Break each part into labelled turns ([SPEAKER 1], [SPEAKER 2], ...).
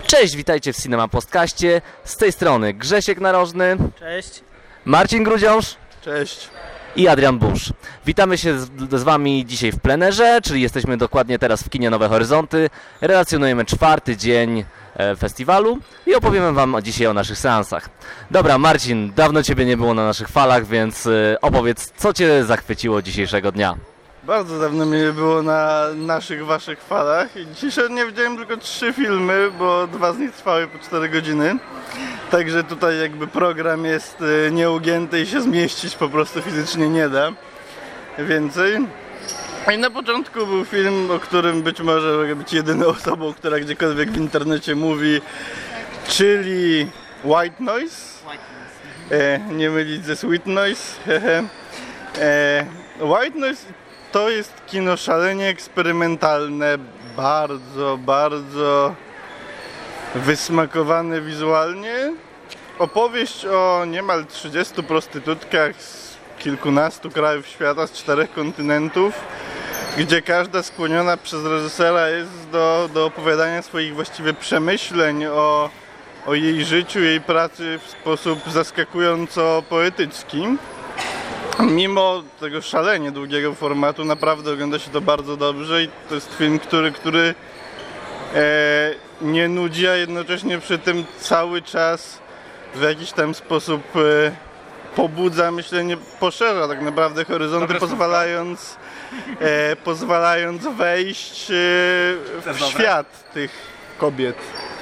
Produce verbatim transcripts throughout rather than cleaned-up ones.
[SPEAKER 1] Cześć, witajcie w Cinema Podcaście. Z tej strony Grzesiek Narożny.
[SPEAKER 2] Cześć.
[SPEAKER 1] Marcin Grudziąż.
[SPEAKER 3] Cześć.
[SPEAKER 1] I Adrian Busz. Witamy się z, z Wami dzisiaj w plenerze, czyli jesteśmy dokładnie teraz w kinie Nowe Horyzonty. Relacjonujemy czwarty dzień e, festiwalu i opowiemy Wam dzisiaj o naszych seansach. Dobra, Marcin, dawno Ciebie nie było na naszych falach, więc e, opowiedz, co Cię zachwyciło dzisiejszego dnia?
[SPEAKER 3] Bardzo dawno mnie nie było na naszych, waszych falach. Dzisiaj nie widziałem tylko trzy filmy, bo dwa z nich trwały po cztery godziny. Także tutaj jakby program jest nieugięty i się zmieścić po prostu fizycznie nie da więcej. I na początku był film, o którym być może mogę być jedyną osobą, która gdziekolwiek w internecie mówi, czyli White Noise. E, nie mylić ze Sweet Noise. e, White Noise to jest kino szalenie eksperymentalne, bardzo, bardzo wysmakowane wizualnie. Opowieść o niemal trzydziestu prostytutkach z kilkunastu krajów świata, z czterech kontynentów, gdzie każda skłoniona przez reżysera jest do, do opowiadania swoich właściwie przemyśleń o, o jej życiu, jej pracy w sposób zaskakująco poetycki. Mimo tego szalenie długiego formatu naprawdę ogląda się to bardzo dobrze i to jest film, który, który e, nie nudzi, a jednocześnie przy tym cały czas w jakiś tam sposób e, pobudza myślenie, poszerza tak naprawdę horyzonty, Dobre pozwalając, e, pozwalając wejść e, w świat tych kobiet.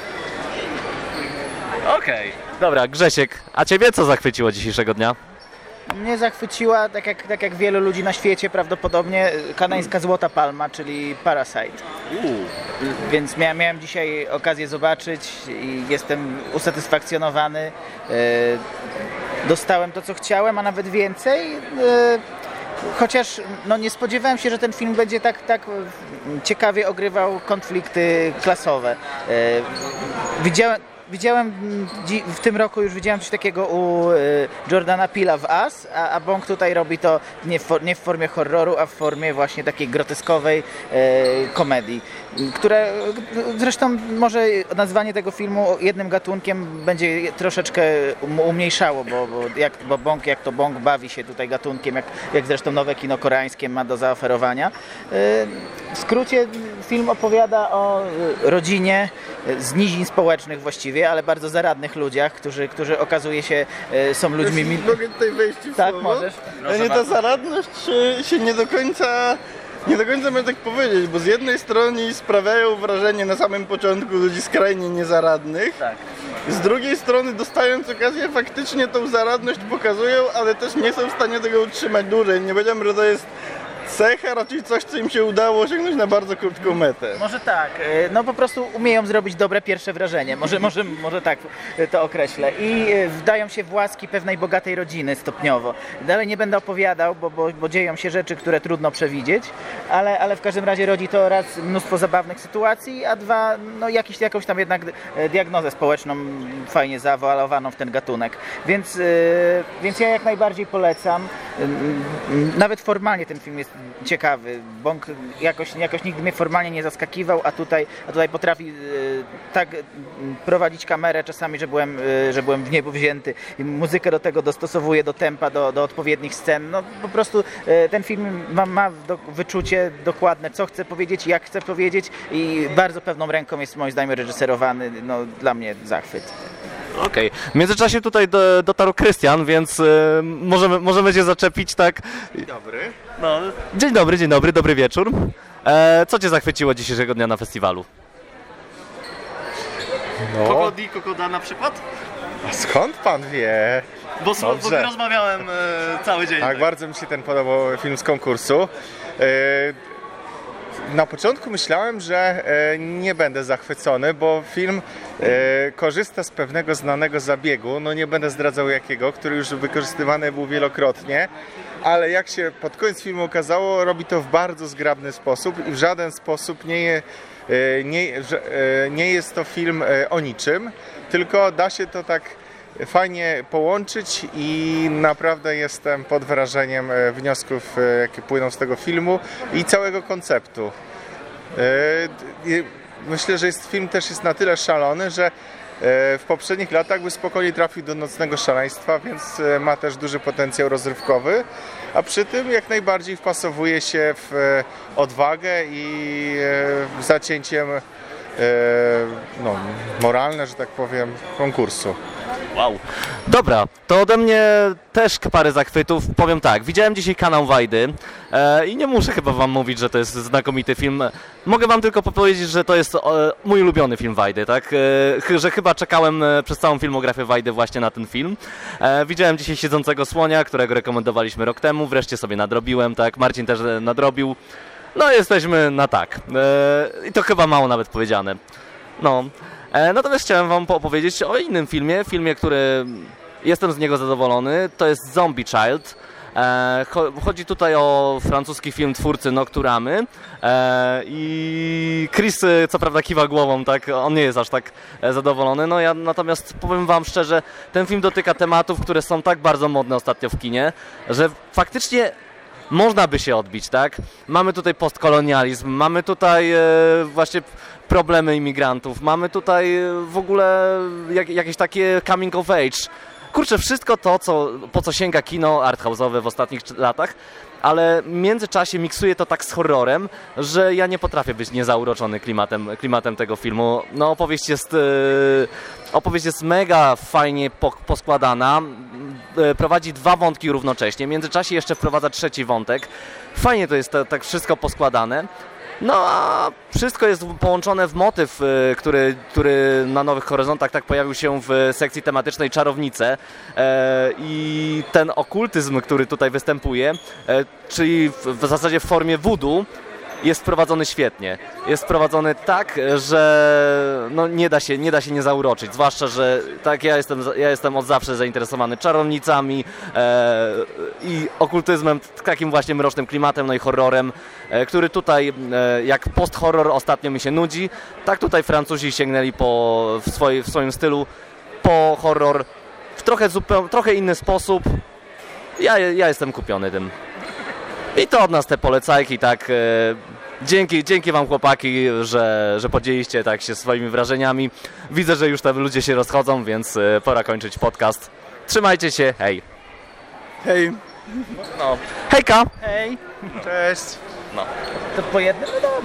[SPEAKER 1] Okej. Okay. Dobra, Grzesiek, a Ciebie co zachwyciło dzisiejszego dnia?
[SPEAKER 2] Mnie zachwyciła, tak jak, tak jak wielu ludzi na świecie prawdopodobnie, kanańska Złota Palma, czyli Parasite. Uu. Więc miałem, miałem dzisiaj okazję zobaczyć i jestem usatysfakcjonowany. Dostałem to, co chciałem, a nawet więcej. Chociaż no, nie spodziewałem się, że ten film będzie tak, tak ciekawie ogrywał konflikty klasowe. Widziałem... Widziałem w tym roku już widziałem coś takiego u Jordana Peela w Us, a, a Bong tutaj robi to nie w, nie w formie horroru, a w formie właśnie takiej groteskowej e, komedii, które zresztą może nazwanie tego filmu jednym gatunkiem będzie troszeczkę umniejszało, bo, bo, jak, bo Bong jak to Bong bawi się tutaj gatunkiem, jak, jak zresztą nowe kino koreańskie ma do zaoferowania. E, w skrócie film opowiada o rodzinie z nizin społecznych właściwie, ale bardzo zaradnych ludziach, którzy, którzy okazuje się e, są ludźmi...
[SPEAKER 3] Mi... Mogę tutaj wejść w
[SPEAKER 2] Tak,
[SPEAKER 3] słowo?
[SPEAKER 2] możesz.
[SPEAKER 3] Proszę nie, ta zaradność się, się nie do końca... Nie do końca mogę tak powiedzieć, bo z jednej strony sprawiają wrażenie na samym początku ludzi skrajnie niezaradnych,
[SPEAKER 2] tak.
[SPEAKER 3] Z drugiej strony dostając okazję faktycznie tą zaradność pokazują, ale też nie są w stanie tego utrzymać dłużej. Nie powiedziałem, że to jest cecha, raczej coś, co im się udało osiągnąć na bardzo krótką metę.
[SPEAKER 2] Może tak, no po prostu umieją zrobić dobre pierwsze wrażenie, może, może, może tak to określę. I wdają się w łaski pewnej bogatej rodziny stopniowo. Dalej nie będę opowiadał, bo, bo, bo dzieją się rzeczy, które trudno przewidzieć, ale, ale w każdym razie rodzi to raz mnóstwo zabawnych sytuacji, a dwa, no jakiś, jakąś tam jednak diagnozę społeczną fajnie zaawalowaną w ten gatunek. Więc, więc ja jak najbardziej polecam. Nawet formalnie ten film jest ciekawy. Bong jakoś, jakoś nigdy mnie formalnie nie zaskakiwał, a tutaj, a tutaj potrafi e, tak prowadzić kamerę czasami, że byłem, e, że byłem w niebo wzięty. I muzykę do tego dostosowuje do tempa, do, do odpowiednich scen. No po prostu e, ten film ma, ma do, wyczucie dokładne, co chce powiedzieć, jak chce powiedzieć i bardzo pewną ręką jest moim zdaniem reżyserowany. No dla mnie zachwyt.
[SPEAKER 1] Okej. Okay. W międzyczasie tutaj do, dotarł Krystian, więc y, możemy, możemy Cię zaczepić, tak?
[SPEAKER 3] Dzień dobry.
[SPEAKER 1] No. Dzień dobry, dzień dobry, dobry wieczór. E, co Cię zachwyciło dzisiejszego dnia na festiwalu?
[SPEAKER 4] No.
[SPEAKER 5] Kokodi, Kokoda na przykład?
[SPEAKER 4] A skąd pan wie?
[SPEAKER 5] Bo, bo rozmawiałem e, cały dzień.
[SPEAKER 4] Tak, tak, bardzo mi się ten podobał film z konkursu. E, Na początku myślałem, że e, nie będę zachwycony, bo film e, korzysta z pewnego znanego zabiegu, no nie będę zdradzał jakiego, który już wykorzystywany był wielokrotnie, ale jak się pod koniec filmu okazało, robi to w bardzo zgrabny sposób i w żaden sposób nie, je, e, nie, e, nie jest to film e, o niczym, tylko da się to tak fajnie połączyć i naprawdę jestem pod wrażeniem wniosków, jakie płyną z tego filmu i całego konceptu. myślę, że jest, film też jest na tyle szalony, że w poprzednich latach by spokojnie trafił do Nocnego Szaleństwa, więc ma też duży potencjał rozrywkowy, a przy tym jak najbardziej wpasowuje się w odwagę i zacięciem no, moralne, że tak powiem, konkursu.
[SPEAKER 1] Wow. Dobra, to ode mnie też parę zachwytów. Powiem tak, widziałem dzisiaj kanał Wajdy e, i nie muszę chyba wam mówić, że to jest znakomity film. Mogę wam tylko powiedzieć, że to jest e, mój ulubiony film Wajdy, tak? E, że chyba czekałem e, przez całą filmografię Wajdy właśnie na ten film. E, widziałem dzisiaj Siedzącego Słonia, którego rekomendowaliśmy rok temu, wreszcie sobie nadrobiłem, tak? Marcin też nadrobił. No jesteśmy na tak. E, I to chyba mało nawet powiedziane. No. E, natomiast chciałem wam opowiedzieć o innym filmie, filmie, który jestem z niego zadowolony. To jest Zombie Child. E, chodzi tutaj o francuski film twórcy Nocturamy e, i Chris co prawda kiwa głową, tak, on nie jest aż tak zadowolony, no ja natomiast powiem wam szczerze, ten film dotyka tematów, które są tak bardzo modne ostatnio w kinie, że faktycznie można by się odbić, tak? Mamy tutaj postkolonializm, mamy tutaj e, właśnie problemy imigrantów, mamy tutaj w ogóle jak, jakieś takie coming of age. Kurczę, wszystko to, co, po co sięga kino arthouse'owe w ostatnich latach, ale w międzyczasie miksuje to tak z horrorem, że ja nie potrafię być niezauroczony klimatem, klimatem tego filmu. No opowieść jest, yy, opowieść jest mega fajnie po, poskładana, yy, prowadzi dwa wątki równocześnie, w międzyczasie jeszcze wprowadza trzeci wątek. Fajnie to jest to, tak wszystko poskładane. No a wszystko jest połączone w motyw, który, który na Nowych Horyzontach tak pojawił się w sekcji tematycznej Czarownice e, i ten okultyzm, który tutaj występuje, e, czyli w, w zasadzie w formie voodoo, jest wprowadzony świetnie. Jest wprowadzony tak, że no nie da się, nie da się nie zauroczyć. Zwłaszcza, że tak ja jestem, ja jestem od zawsze zainteresowany czarownicami e, i okultyzmem, takim właśnie mrocznym klimatem, no i horrorem, e, który tutaj e, jak post-horror ostatnio mi się nudzi, tak tutaj Francuzi sięgnęli po, w, swoj, w swoim stylu po horror w trochę, zupeł, trochę inny sposób. Ja, ja jestem kupiony tym. I to od nas te polecajki, tak, e, dzięki, dzięki wam chłopaki, że, że podzieliście tak się swoimi wrażeniami. Widzę, że już te ludzie się rozchodzą, więc e, pora kończyć podcast. Trzymajcie się, hej.
[SPEAKER 3] Hej.
[SPEAKER 1] No. Hejka.
[SPEAKER 2] Hej,
[SPEAKER 4] Cześć!
[SPEAKER 2] to po jednym? No dobra.